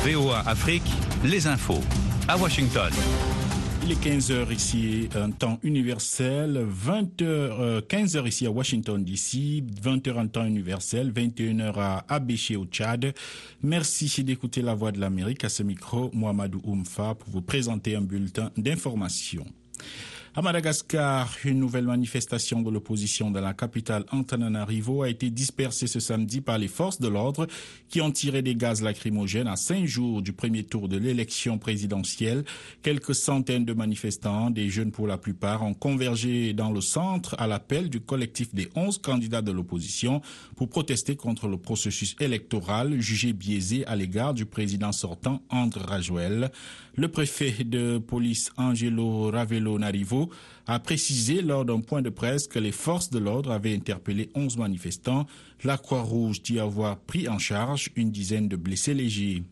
VOA Afrique, les infos. À Washington. Il est 15h ici en temps universel, 15h ici à Washington DC, 20h en temps universel, 21h à Abéché au Tchad. Merci d'écouter la Voix de l'Amérique. À ce micro, Mohamedou Oumfa pour vous présenter un bulletin d'information. À Madagascar, une nouvelle manifestation de l'opposition dans la capitale Antananarivo a été dispersée ce samedi par les forces de l'ordre qui ont tiré des gaz lacrymogènes à 5 jours du premier tour de l'élection présidentielle. Quelques centaines de manifestants, des jeunes pour la plupart, ont convergé dans le centre à l'appel du collectif des 11 candidats de l'opposition pour protester contre le processus électoral jugé biaisé à l'égard du président sortant André Rajoelina. Le préfet de police Angelo Ravelo Narivo a précisé lors d'un point de presse que les forces de l'ordre avaient interpellé 11 manifestants. La Croix-Rouge dit avoir pris en charge une dizaine de blessés légers.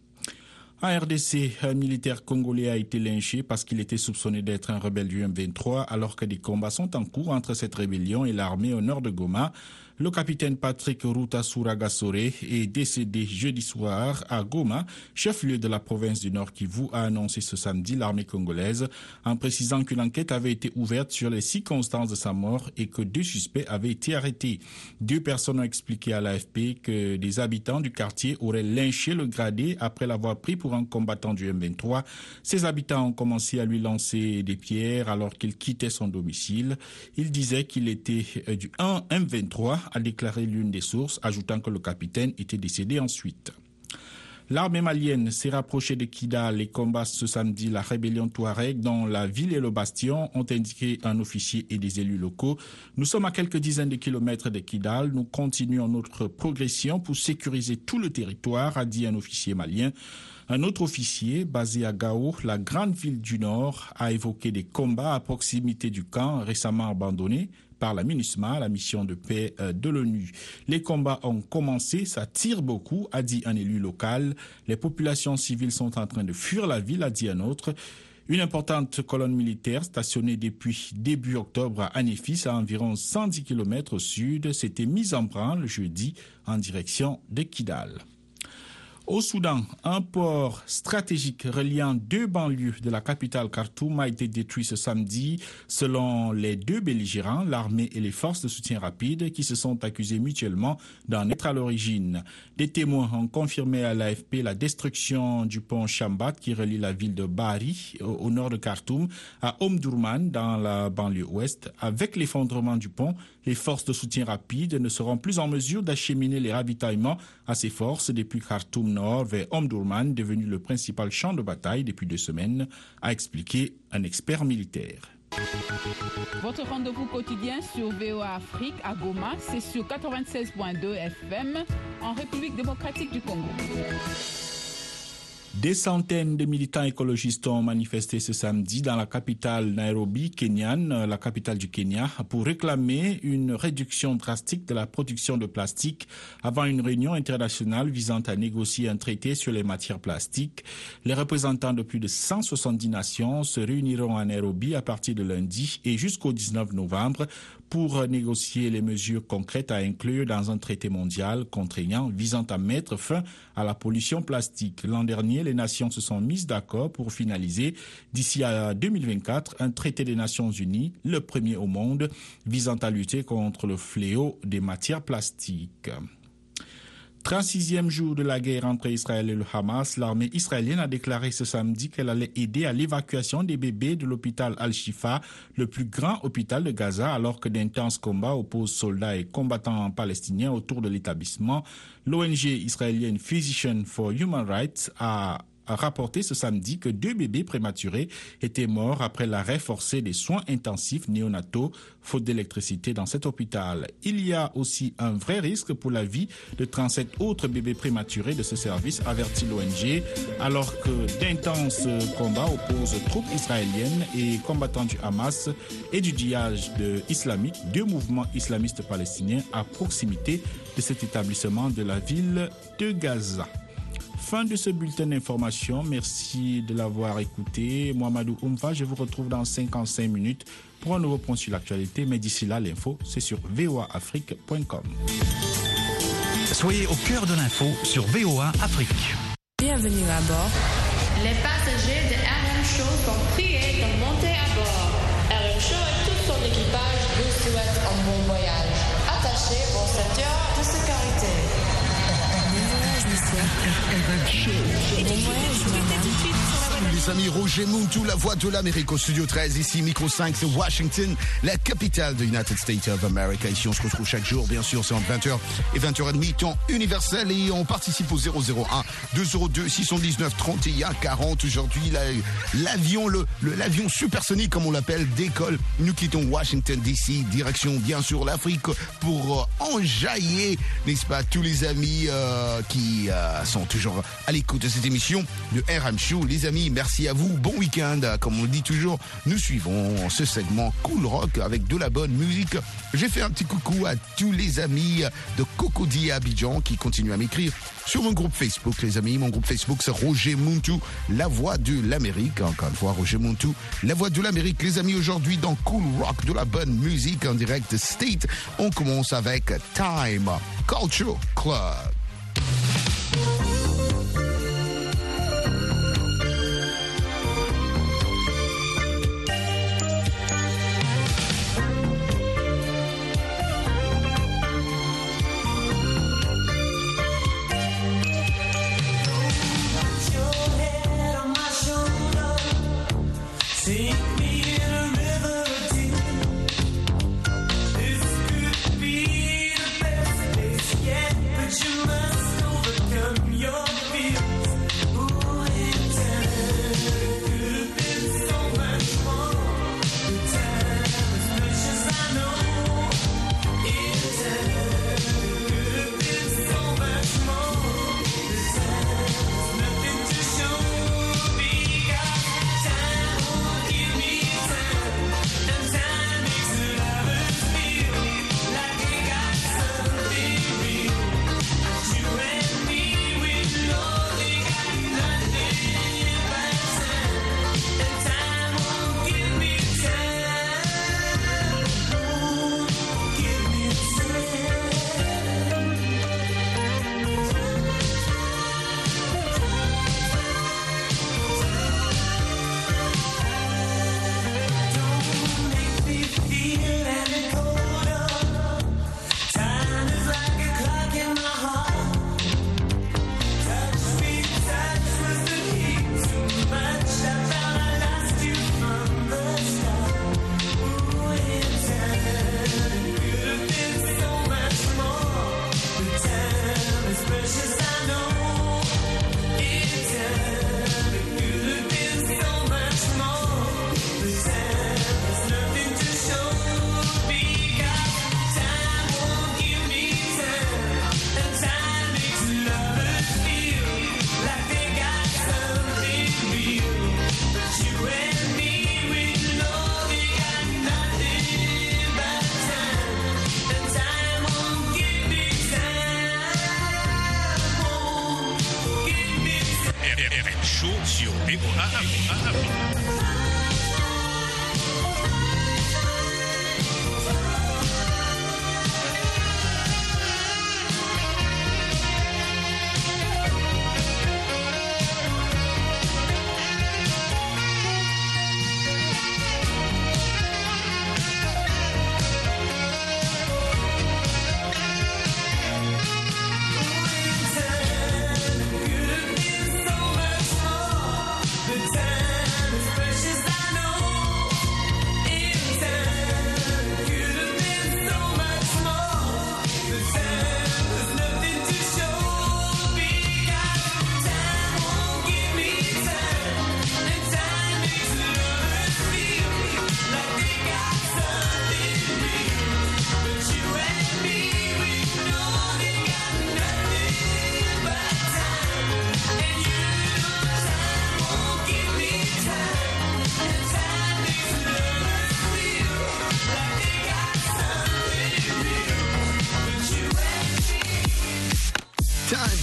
En RDC, un militaire congolais a été lynché parce qu'il était soupçonné d'être un rebelle du M23 alors que des combats sont en cours entre cette rébellion et l'armée au nord de Goma. Le capitaine Patrick Rutasura Gasore est décédé jeudi soir à Goma, chef-lieu de la province du Nord Kivu, a annoncé ce samedi l'armée congolaise, en précisant qu'une enquête avait été ouverte sur les circonstances de sa mort et que 2 suspects avaient été arrêtés. 2 personnes ont expliqué à l'AFP que des habitants du quartier auraient lynché le gradé après l'avoir pris pour un combattant du M23. Ces habitants ont commencé à lui lancer des pierres alors qu'il quittait son domicile. Ils disaient qu'il était du 1 M23, a déclaré l'une des sources, ajoutant que le capitaine était décédé ensuite. L'armée malienne s'est rapprochée de Kidal et combat ce samedi la rébellion Touareg dans la ville et le bastion, ont indiqué un officier et des élus locaux. Nous sommes à quelques dizaines de kilomètres de Kidal. Nous continuons notre progression pour sécuriser tout le territoire, a dit un officier malien. Un autre officier, basé à Gao, la grande ville du Nord, a évoqué des combats à proximité du camp récemment abandonné par la MINUSMA, la mission de paix de l'ONU. Les combats ont commencé, ça tire beaucoup, a dit un élu local. Les populations civiles sont en train de fuir la ville, a dit un autre. Une importante colonne militaire stationnée depuis début octobre à Anéfis, à environ 110 km au sud, s'était mise en branle jeudi en direction de Kidal. Au Soudan, un port stratégique reliant 2 banlieues de la capitale Khartoum a été détruit ce samedi, selon les 2 belligérants, l'armée et les forces de soutien rapide, qui se sont accusés mutuellement d'en être à l'origine. Des témoins ont confirmé à l'AFP la destruction du pont Chambat qui relie la ville de Bahri, au nord de Khartoum, à Omdurman, dans la banlieue ouest. Avec l'effondrement du pont, les forces de soutien rapide ne seront plus en mesure d'acheminer les ravitaillements à ces forces depuis Khartoum Nord vers Omdurman, devenu le principal champ de bataille depuis 2 semaines, a expliqué un expert militaire. Votre rendez-vous quotidien sur VOA Afrique à Goma, c'est sur 96.2 FM en République démocratique du Congo. Des centaines de militants écologistes ont manifesté ce samedi dans la capitale Nairobi, kenyane, la capitale du Kenya, pour réclamer une réduction drastique de la production de plastique avant une réunion internationale visant à négocier un traité sur les matières plastiques. Les représentants de plus de 170 nations se réuniront à Nairobi à partir de lundi et jusqu'au 19 novembre pour négocier les mesures concrètes à inclure dans un traité mondial contraignant visant à mettre fin à la pollution plastique. L'an dernier, les nations se sont mises d'accord pour finaliser d'ici à 2024 un traité des Nations Unies, le premier au monde, visant à lutter contre le fléau des matières plastiques. 36e jour de la guerre entre Israël et le Hamas, l'armée israélienne a déclaré ce samedi qu'elle allait aider à l'évacuation des bébés de l'hôpital Al-Shifa, le plus grand hôpital de Gaza, alors que d'intenses combats opposent soldats et combattants palestiniens autour de l'établissement. L'ONG israélienne Physicians for Human Rights a rapporté ce samedi que 2 bébés prématurés étaient morts après l'arrêt forcé des soins intensifs néonataux, faute d'électricité dans cet hôpital. Il y a aussi un vrai risque pour la vie de 37 autres bébés prématurés de ce service, avertit l'ONG, alors que d'intenses combats opposent troupes israéliennes et combattants du Hamas et du Djihad islamique, 2 mouvements islamistes palestiniens à proximité de cet établissement de la ville de Gaza. Fin de ce bulletin d'information. Merci de l'avoir écouté. Mohamedou Oumfa, je vous retrouve dans 55 minutes pour un nouveau point sur l'actualité. Mais d'ici là, l'info, c'est sur voaafrique.com. Soyez au cœur de l'info sur VOA Afrique. Bienvenue à bord. Les passagers de RM Show sont priés de monter à bord. RM Show et tout son équipage vous souhaitent un bon voyage. Attachez vos ceintures de sécurité. Bon voyage, monsieur. RM Show. Bon voyage, madame. Les amis, Roger Muntu, la voix de l'Amérique au studio 13, ici Micro 5, c'est Washington, la capitale de United States of America. Ici, on se retrouve chaque jour, bien sûr, c'est entre 20h et 20h30, temps universel, et on participe au 001 202 619 31 40. Aujourd'hui, l'avion supersonique, comme on l'appelle, décolle. Nous quittons Washington DC, direction, bien sûr, l'Afrique, pour enjailler, n'est-ce pas, tous les amis qui sont toujours à l'écoute de cette émission de RM Show. Les amis, merci à vous. Bon week-end. Comme on le dit toujours, nous suivons ce segment Cool Rock avec de la bonne musique. J'ai fait un petit coucou à tous les amis de Cocody à Abidjan qui continuent à m'écrire sur mon groupe Facebook, les amis. Mon groupe Facebook, c'est Roger Muntu, la voix de l'Amérique. Encore une fois, Roger Muntu, la voix de l'Amérique. Les amis, aujourd'hui, dans Cool Rock, de la bonne musique en direct State, on commence avec Time Culture Club. You must overcome your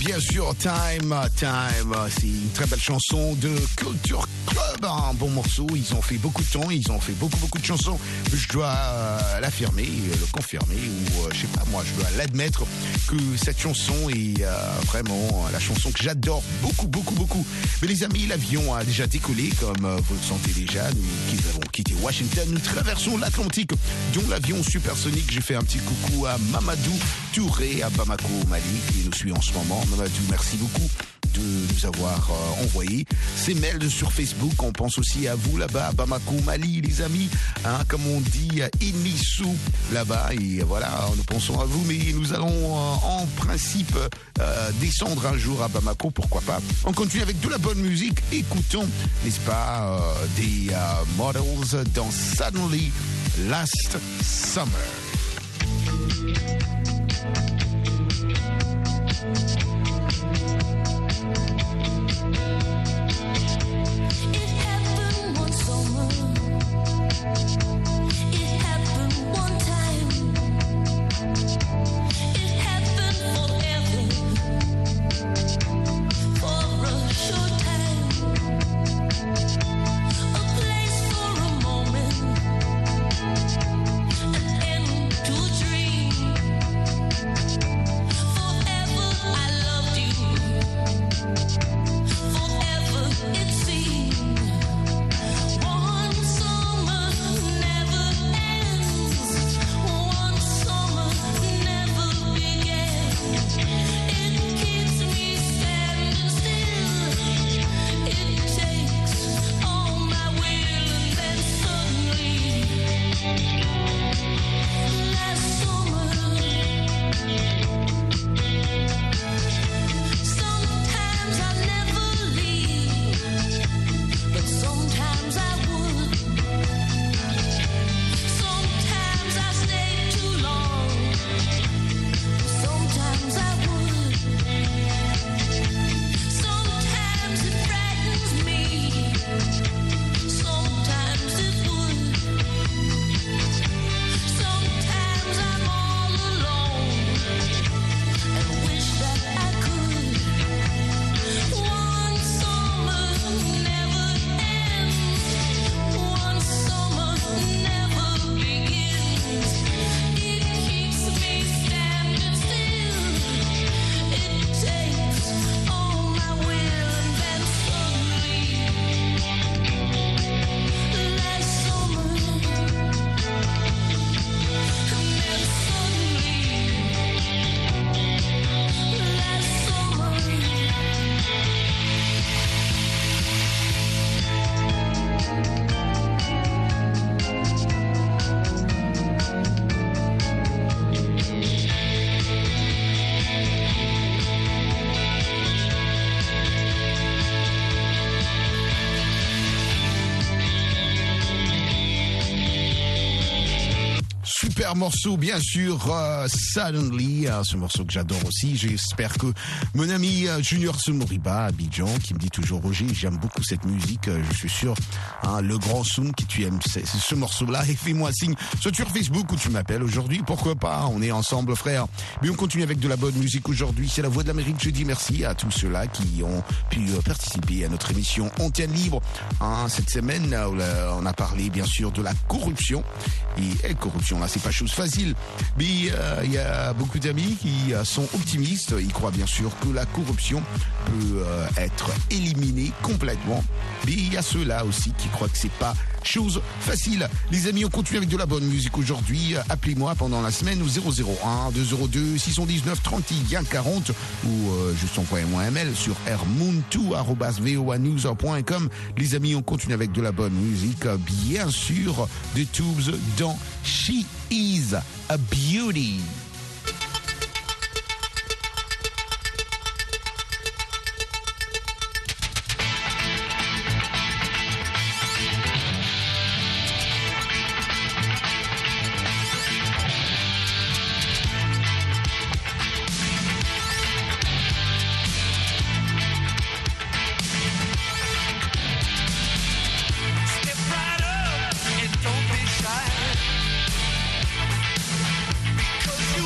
bien sûr, Time. C'est une très belle chanson de Culture Club. Un bon morceau. Ils ont fait beaucoup de temps. Ils ont fait beaucoup de chansons. Je dois l'affirmer, le confirmer, ou je sais pas moi, je dois l'admettre que cette chanson est vraiment la chanson que j'adore beaucoup. Mais les amis, l'avion a déjà décollé, comme vous le sentez déjà. Nous avons quitté Washington. Nous traversons l'Atlantique, dont l'avion supersonique. J'ai fait un petit coucou à Mamadou Touré à Bamako, au Mali, qui nous suit en ce moment. Mamadou, merci beaucoup de nous avoir envoyé ces mails sur Facebook. On pense aussi à vous là-bas, à Bamako, Mali, les amis, hein, comme on dit, Inissou là-bas. Et voilà, nous pensons à vous, mais nous allons en principe descendre un jour à Bamako, pourquoi pas. On continue avec de la bonne musique. Écoutons, n'est-ce pas, des Models dans Suddenly Last Summer. Super morceau, bien sûr, Suddenly, ce morceau que j'adore aussi. J'espère que mon ami Junior Somoriba, à Abidjan, qui me dit toujours, Roger, j'aime beaucoup cette musique, je suis sûr, hein, le grand Soum, qui tu aimes ce morceau-là, et fais-moi signe, soit sur Facebook ou tu m'appelles aujourd'hui, pourquoi pas, on est ensemble, frère. Mais on continue avec de la bonne musique aujourd'hui, c'est la Voix de l'Amérique. Je dis merci à tous ceux-là qui ont pu participer à notre émission Antenne Libre. Hein, cette semaine, on a parlé bien sûr de la corruption, et corruption là, c'est pas chose facile, mais il y a beaucoup d'amis qui sont optimistes. Ils croient bien sûr que la corruption peut être éliminée complètement, mais il y a ceux-là aussi qui croient que c'est pas chose facile. Les amis, on continue avec de la bonne musique aujourd'hui. Appelez-moi pendant la semaine au 001 202 619 31 40 ou juste envoyez-moi un mail sur rmoon2@voanews.com. Les amis, on continue avec de la bonne musique, bien sûr, The Tubes dans She Is a Beauty. Step right up and don't be shy. 'Cause you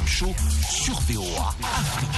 RM Show sur VOA Afrique.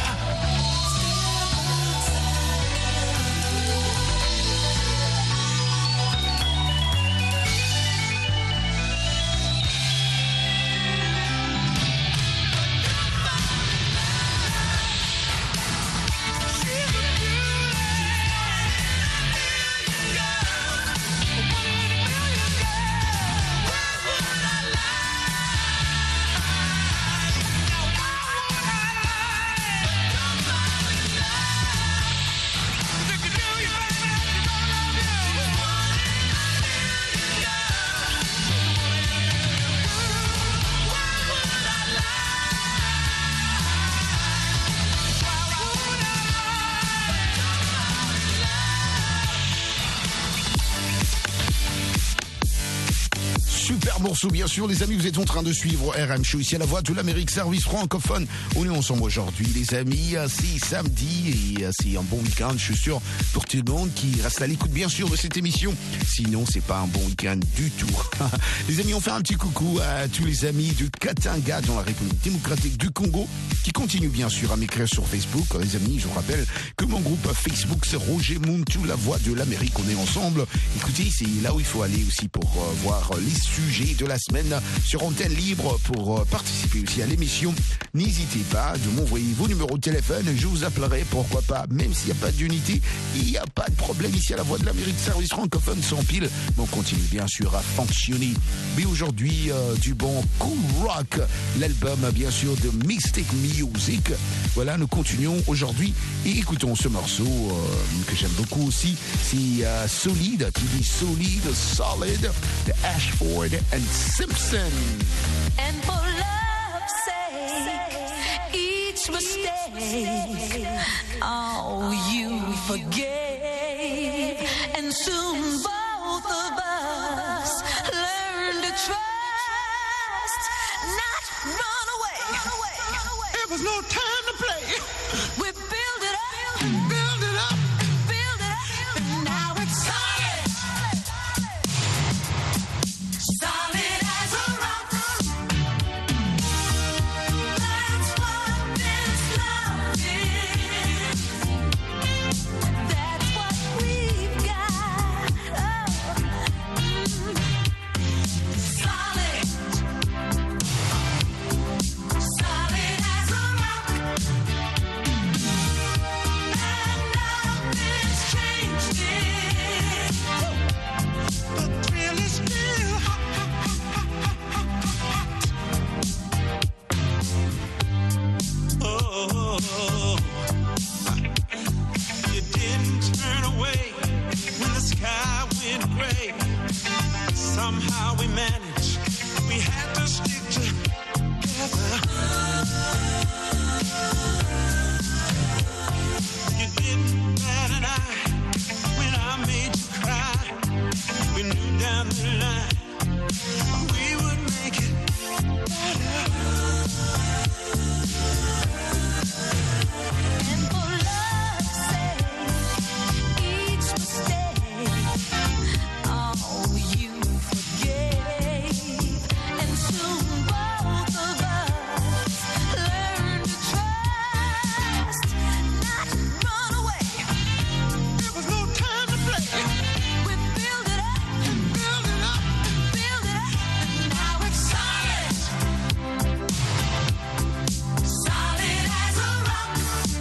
Super morceau, bien sûr, les amis, vous êtes en train de suivre RM Show ici à la Voix de l'Amérique, service francophone. On est ensemble aujourd'hui, les amis, c'est samedi et c'est un bon week-end, je suis sûr, pour tout le monde qui reste à l'écoute, bien sûr, de cette émission. Sinon, c'est pas un bon week-end du tout. Les amis, on fait un petit coucou à tous les amis du Katanga dans la République démocratique du Congo qui continuent, bien sûr, à m'écrire sur Facebook. Les amis, je vous rappelle que mon groupe Facebook, c'est Roger Muntu, la Voix de l'Amérique. On est ensemble. Écoutez, c'est là où il faut aller aussi pour voir les sujets de la semaine sur antenne libre pour participer aussi à l'émission. N'hésitez pas de m'envoyer vos numéros de téléphone, je vous appellerai, pourquoi pas, même s'il n'y a pas d'unité, il n'y a pas de problème ici à la Voix de l'Amérique, service francophone sans pile, mais on continue bien sûr à fonctionner. Mais aujourd'hui, du bon cool rock, l'album bien sûr de Mystic Music. Voilà, nous continuons aujourd'hui et écoutons ce morceau que j'aime beaucoup aussi, c'est Solid, qui dit Solid, Solid, de Ashford and Simpson. And for love's sake, each mistake, oh, you forgave. And soon both of us learn to trust, not run away. It was no time to play. We build it up, build it up, build it up, and now it's solid. Solid as a rock. That's what this love is. That's what we've got. Solid. Solid as a rock. And nothing's changed it. The thrill is still hot. Oh, you didn't turn away when the sky went gray. Somehow we managed. We had to stick together. You didn't bat an eye when I made you cry. We knew down the line we would make it better. And for love's sake, each mistake, oh, you forgave. And soon both of us learn to trust, not run away. There was no time to play. We build it up, Build it up. build it up, and now it's solid. Solid as a rock.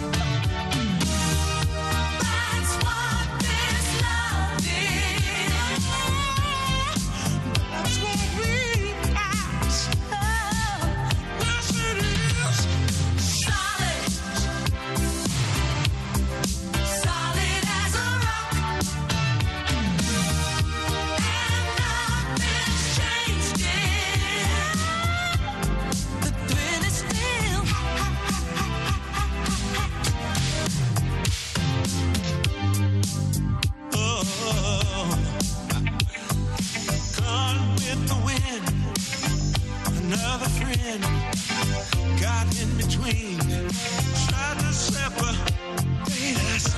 That's what this love is. That's what we got. Oh, Yes, it is. solid. Solid as a rock. And nothing's changed it. The thrill is still Oh, gone with the wind. Another friend got in between, tried to separate us.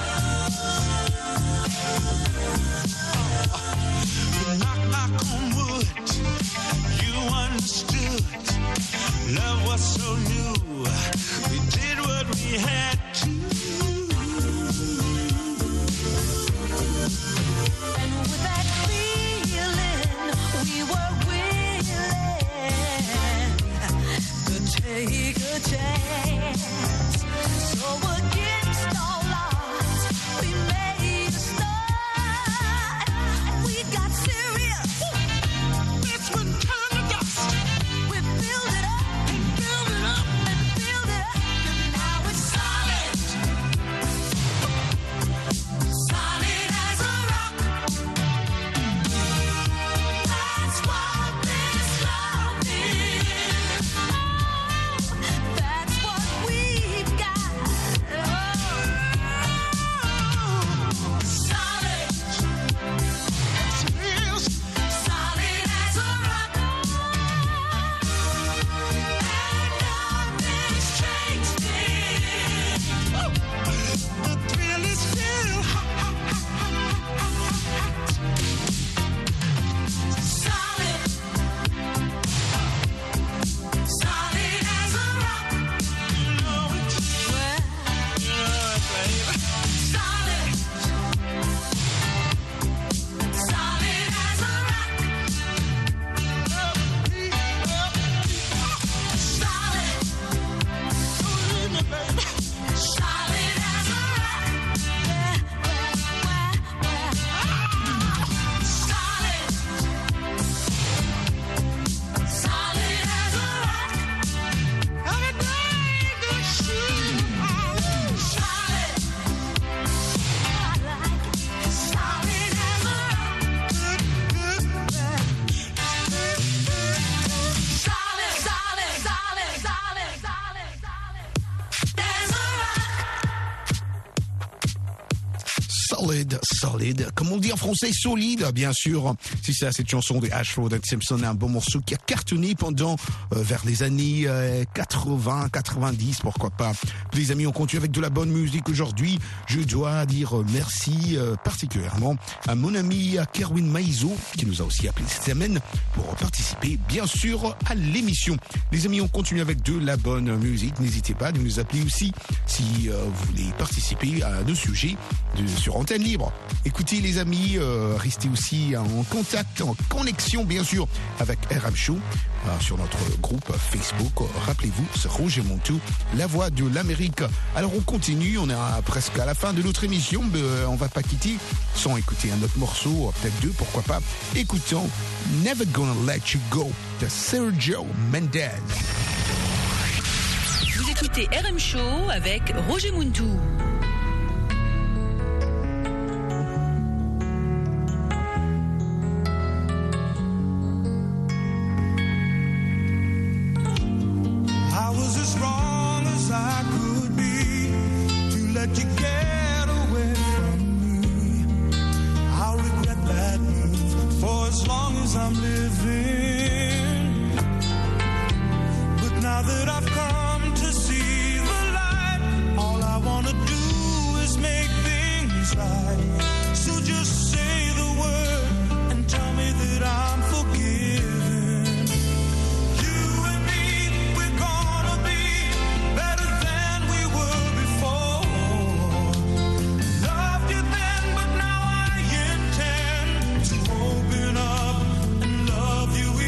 Knock, knock on wood. You understood. Love was so new. We did what we had to. And with that feeling, we were willing to take a chance. So against all odds, we made a start. We got serious. That's when time to dust. We built it up and built it up and built it up, and now it's solid. Solid as a rock. That's what this love is. That's what we've got. Solid. Yes. Solid as a rock. And nothing's changed it. The thrill is still hot. Solid. Solid as a rock. You know it. Well, You know it, baby. solid. Solid as a rock. Solid. Believe me, baby. Solid as a rock. Solid. Solid as a rock. Everything that you Solid. I like it. Solid as a rock. Solid, solid, solid, solid, solid, solid. As a rock. Solid, comme on dit en français, solide, bien sûr. Si c'est cette chanson de Ashford and Simpson, un bon morceau qui a cartonné pendant vers les années 80, 90, pourquoi pas. Les amis, on continue avec de la bonne musique aujourd'hui. Je dois dire merci particulièrement à mon ami Kerwin Maizo, qui nous a aussi appelé cette semaine pour participer, bien sûr, à l'émission. Les amis, on continue avec de la bonne musique. N'hésitez pas de nous appeler aussi si vous voulez participer à nos sujets sur Antenne Libre. Écoutez les amis, restez aussi en contact, en connexion bien sûr avec RM Show sur notre groupe Facebook. Rappelez-vous, c'est Roger Montou, la voix de l'Amérique. Alors on continue, on est presque à la fin de notre émission, mais on va pas quitter sans écouter un autre morceau, peut-être deux, pourquoi pas. Écoutons Never Gonna Let You Go de Sergio Mendes. Vous écoutez RM Show avec Roger Muntou. I was as wrong as I could be to let you get away from me. I'll regret that move for as long as I'm living. But now that I've come to see the light, all I want to do is make things right. So just say the word and tell me that I'm forgiven. You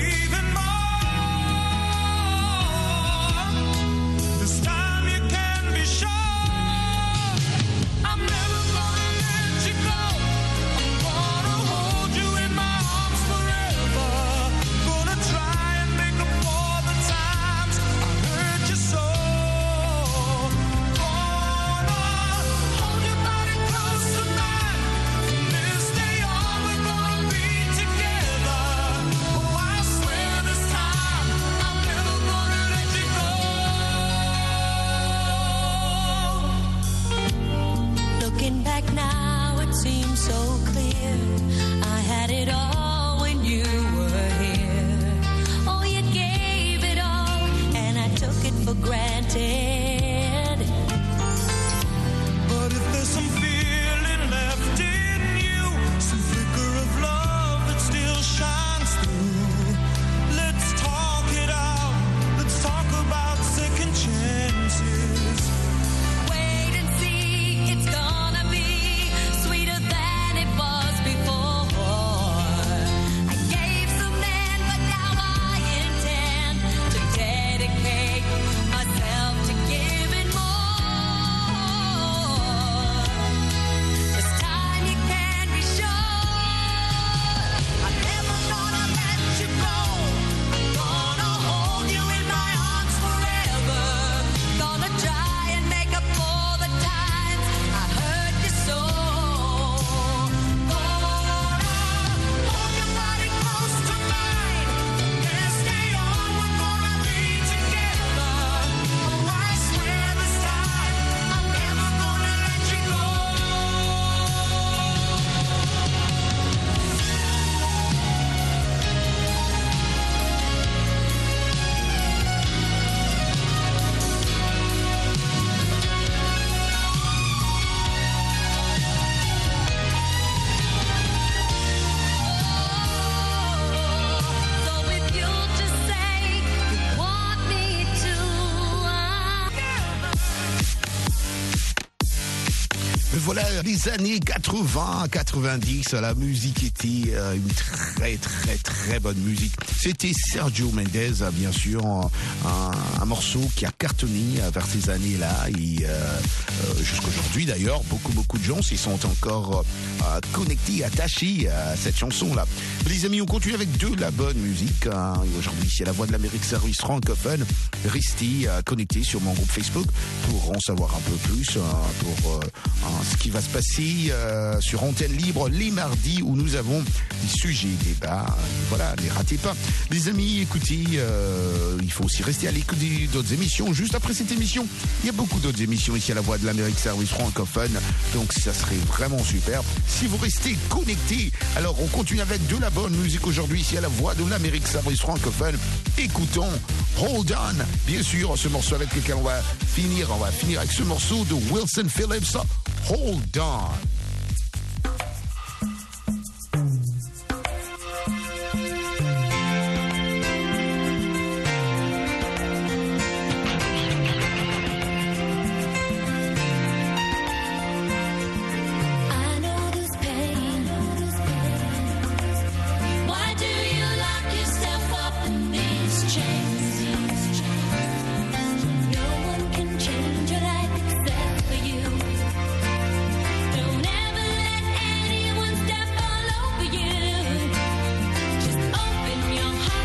des années 80, 90, la musique était une très très très bonne musique. C'était Sergio Mendes, bien sûr, un morceau qui a cartonné vers ces années-là et jusqu'aujourd'hui d'ailleurs, beaucoup de gens s'y sont encore connectés, attachés à cette chanson-là. Les amis, on continue avec de la bonne musique. Et aujourd'hui, c'est la voix de l'Amérique Service francophone. Restez connectés sur mon groupe Facebook pour en savoir un peu plus pour ce qui va se passer sur Antenne Libre les mardis où nous avons des sujets, débats. Voilà, ne ratez pas. Les amis, écoutez, il faut aussi rester à l'écoute d'autres émissions. Juste après cette émission, il y a beaucoup d'autres émissions ici à la voix de l'Amérique Service francophone. Donc ça serait vraiment super si vous restez connectés. Alors on continue avec de la bonne musique aujourd'hui ici à la voix de l'Amérique Service francophone. Écoutons Hold On, bien sûr, ce morceau avec lequel on va finir avec ce morceau de Wilson Phillips, Hold On.